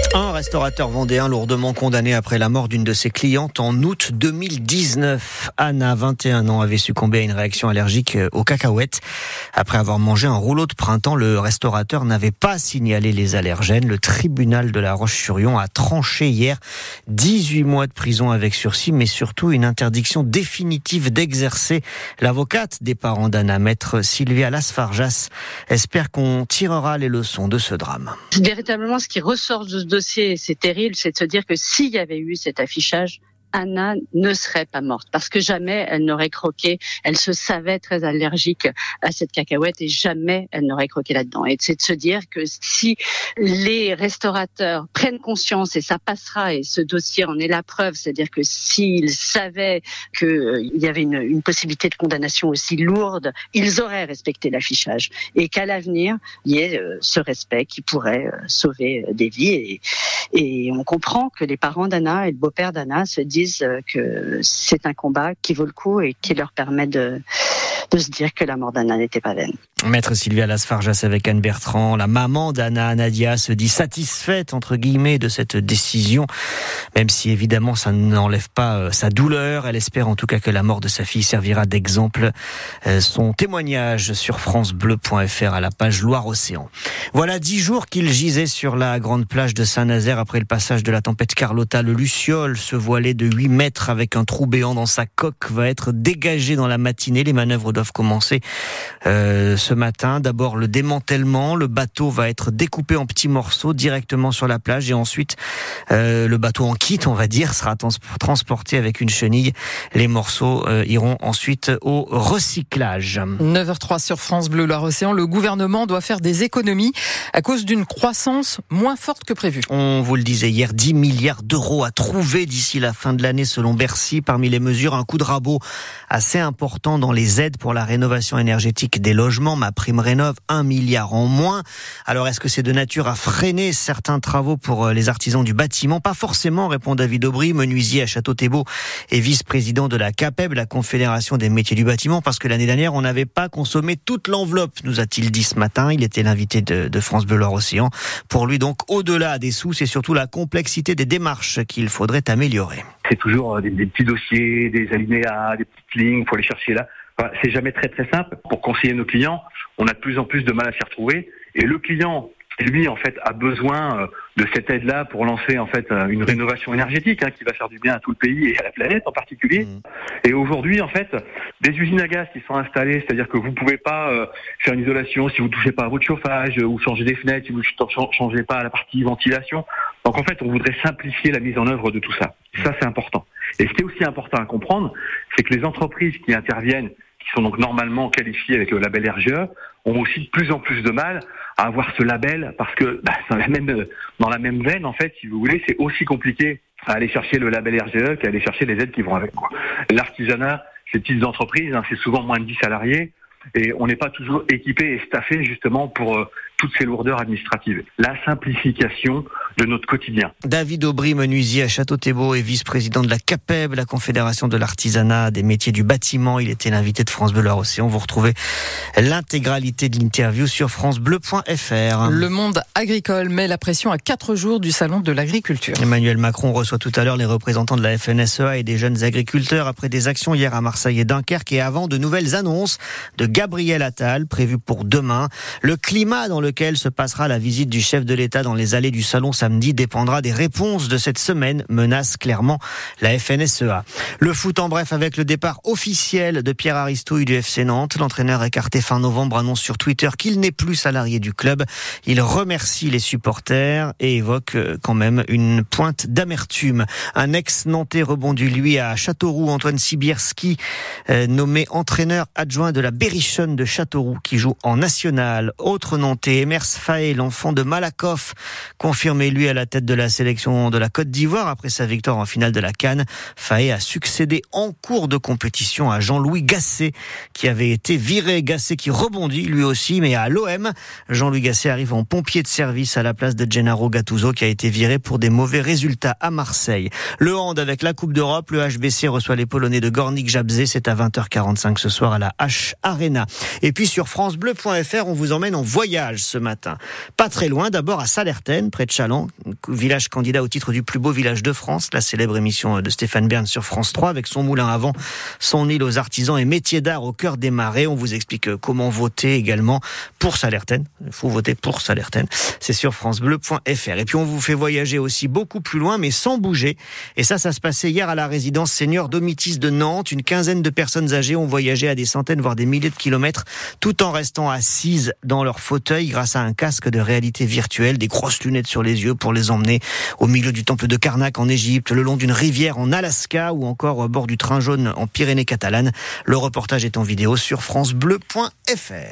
Un restaurateur vendéen lourdement condamné après la mort d'une de ses clientes en août 2019. Anna, 21 ans, avait succombé à une réaction allergique aux cacahuètes. Après avoir mangé un rouleau de printemps, le restaurateur n'avait pas signalé les allergènes. Le tribunal de La Roche-sur-Yon a tranché hier 18 mois de prison avec sursis, mais surtout une interdiction définitive d'exercer. L'avocate des parents d'Anna, maître Sylvia Lasfarjas, espère qu'on tirera les leçons de ce drame. Véritablement, ce qui ressort de ce dossier, c'est terrible, c'est de se dire que s'il y avait eu cet affichage, Anna ne serait pas morte parce que jamais elle n'aurait croqué. Elle se savait très allergique à cette cacahuète et jamais elle n'aurait croqué là-dedans. Et c'est de se dire que si les restaurateurs prennent conscience, et ça passera, et ce dossier en est la preuve, c'est-à-dire que s'ils savaient qu'il y avait une possibilité de condamnation aussi lourde, ils auraient respecté l'affichage et qu'à l'avenir, il y ait ce respect qui pourrait sauver des vies. Et on comprend que les parents d'Anna et le beau-père d'Anna se disent que c'est un combat qui vaut le coup et qui leur permet de se dire que la mort d'Anna n'était pas vaine. Maître Sylvia Lasfarjas avec Anne Bertrand. La maman d'Anna, Nadia, se dit satisfaite, entre guillemets, de cette décision, même si évidemment ça n'enlève pas sa douleur. Elle espère en tout cas que la mort de sa fille servira d'exemple. Son témoignage sur francebleu.fr à la page Loire-Océan. Voilà 10 jours qu'il gisait sur la grande plage de Saint-Nazaire après le passage de la tempête Carlotta. Le Luciole, ce voilier de 8 mètres avec un trou béant dans sa coque, va être dégagé dans la matinée. Les manœuvres doivent commencer ce matin. D'abord le démantèlement, le bateau va être découpé en petits morceaux directement sur la plage et ensuite le bateau en kit, on va dire, sera transporté avec une chenille. Les morceaux iront ensuite au recyclage. 9h03 sur France Bleu Loire-Océan. Le gouvernement doit faire des économies à cause d'une croissance moins forte que prévu. On vous le disait hier, 10 milliards d'euros à trouver d'ici la fin de l'année selon Bercy. Parmi les mesures, un coup de rabot assez important dans les aides pour la rénovation énergétique des logements. MaPrimeRénov', 1 milliard en moins. Alors est-ce que c'est de nature à freiner certains travaux pour les artisans du bâtiment? Pas forcément, répond David Aubry, menuisier à Château-Thébot et vice-président de la CAPEB, la Confédération des métiers du bâtiment, parce que l'année dernière, on n'avait pas consommé toute l'enveloppe, nous a-t-il dit ce matin. Il était l'invité de France Bleu Loire-Océan. Pour lui, donc, au-delà des sous, c'est surtout la complexité des démarches qu'il faudrait améliorer. C'est toujours des petits dossiers, des alinéas, des petites lignes, il faut aller chercher là. Enfin, c'est jamais très très simple. Pour conseiller nos clients, on a de plus en plus de mal à s'y retrouver. Et le client, lui, en fait, a besoin de cette aide-là pour lancer en fait une rénovation énergétique qui va faire du bien à tout le pays et à la planète en particulier. Et aujourd'hui, en fait, des usines à gaz qui sont installées, c'est-à-dire que vous pouvez pas faire une isolation si vous touchez pas à votre chauffage ou changer des fenêtres si vous changez pas à la partie ventilation. Donc en fait, on voudrait simplifier la mise en œuvre de tout ça. Ça, c'est important. Et ce qui est aussi important à comprendre, c'est que les entreprises qui interviennent, qui sont donc normalement qualifiées avec le label RGE, ont aussi de plus en plus de mal à avoir ce label parce que dans la même veine, en fait, si vous voulez, c'est aussi compliqué à aller chercher le label RGE qu'à aller chercher les aides qui vont avec. L'artisanat, ces petites entreprises, c'est souvent moins de 10 salariés et on n'est pas toujours équipé et staffé justement pour toutes ces lourdeurs administratives. La simplification de notre quotidien. David Aubry, menuisier à Château-Thébot et vice-président de la CAPEB, la Confédération de l'artisanat des métiers du bâtiment. Il était l'invité de France Bleu Loire-Océan. Vous retrouvez l'intégralité de l'interview sur francebleu.fr. Le monde agricole met la pression à 4 jours du salon de l'agriculture. Emmanuel Macron reçoit tout à l'heure les représentants de la FNSEA et des jeunes agriculteurs après des actions hier à Marseille et Dunkerque et avant de nouvelles annonces de Gabriel Attal prévues pour demain. Le climat dans lequel se passera la visite du chef de l'État dans les allées du salon samedi dépendra des réponses de cette semaine, menace clairement la FNSEA. Le foot en bref avec le départ officiel de Pierre Aristouille du FC Nantes. L'entraîneur écarté fin novembre annonce sur Twitter qu'il n'est plus salarié du club. Il remercie les supporters et évoque quand même une pointe d'amertume. Un ex-Nantais rebondit lui à Châteauroux, Antoine Sibierski, nommé entraîneur adjoint de la Berrichonne de Châteauroux qui joue en national. Autre Nantais, Emers Faé, l'enfant de Malakoff, confirmé lui à la tête de la sélection de la Côte d'Ivoire après sa victoire en finale de la CAN. Faé a succédé en cours de compétition à Jean-Louis Gasset qui avait été viré. Gasset qui rebondit lui aussi, mais à l'OM, Jean-Louis Gasset arrive en pompier de service à la place de Gennaro Gattuso qui a été viré pour des mauvais résultats à Marseille. Le hand avec la Coupe d'Europe, le HBC reçoit les Polonais de Gornik Jabze, c'est à 20h45 ce soir à la H Arena. Et puis sur francebleu.fr, on vous emmène en voyage ce matin. Pas très loin, d'abord à Sallertaine, près de Challans. Artisan, village candidat au titre du plus beau village de France, la célèbre émission de Stéphane Bern sur France 3, avec son moulin à vent, son île aux artisans et métiers d'art au cœur des marais. On vous explique comment voter également pour Sallertaine. Il faut voter pour Sallertaine. C'est sur francebleu.fr. Et puis on vous fait voyager aussi beaucoup plus loin, mais sans bouger. Et ça se passait hier à la résidence Seigneur Domitis de Nantes. Une quinzaine de personnes âgées ont voyagé à des centaines, voire des milliers de kilomètres, tout en restant assises dans leur fauteuil grâce à un casque de réalité virtuelle, des grosses lunettes sur les yeux pour les emmener au milieu du temple de Karnak en Égypte, le long d'une rivière en Alaska ou encore au bord du train jaune en Pyrénées catalanes. Le reportage est en vidéo sur francebleu.fr.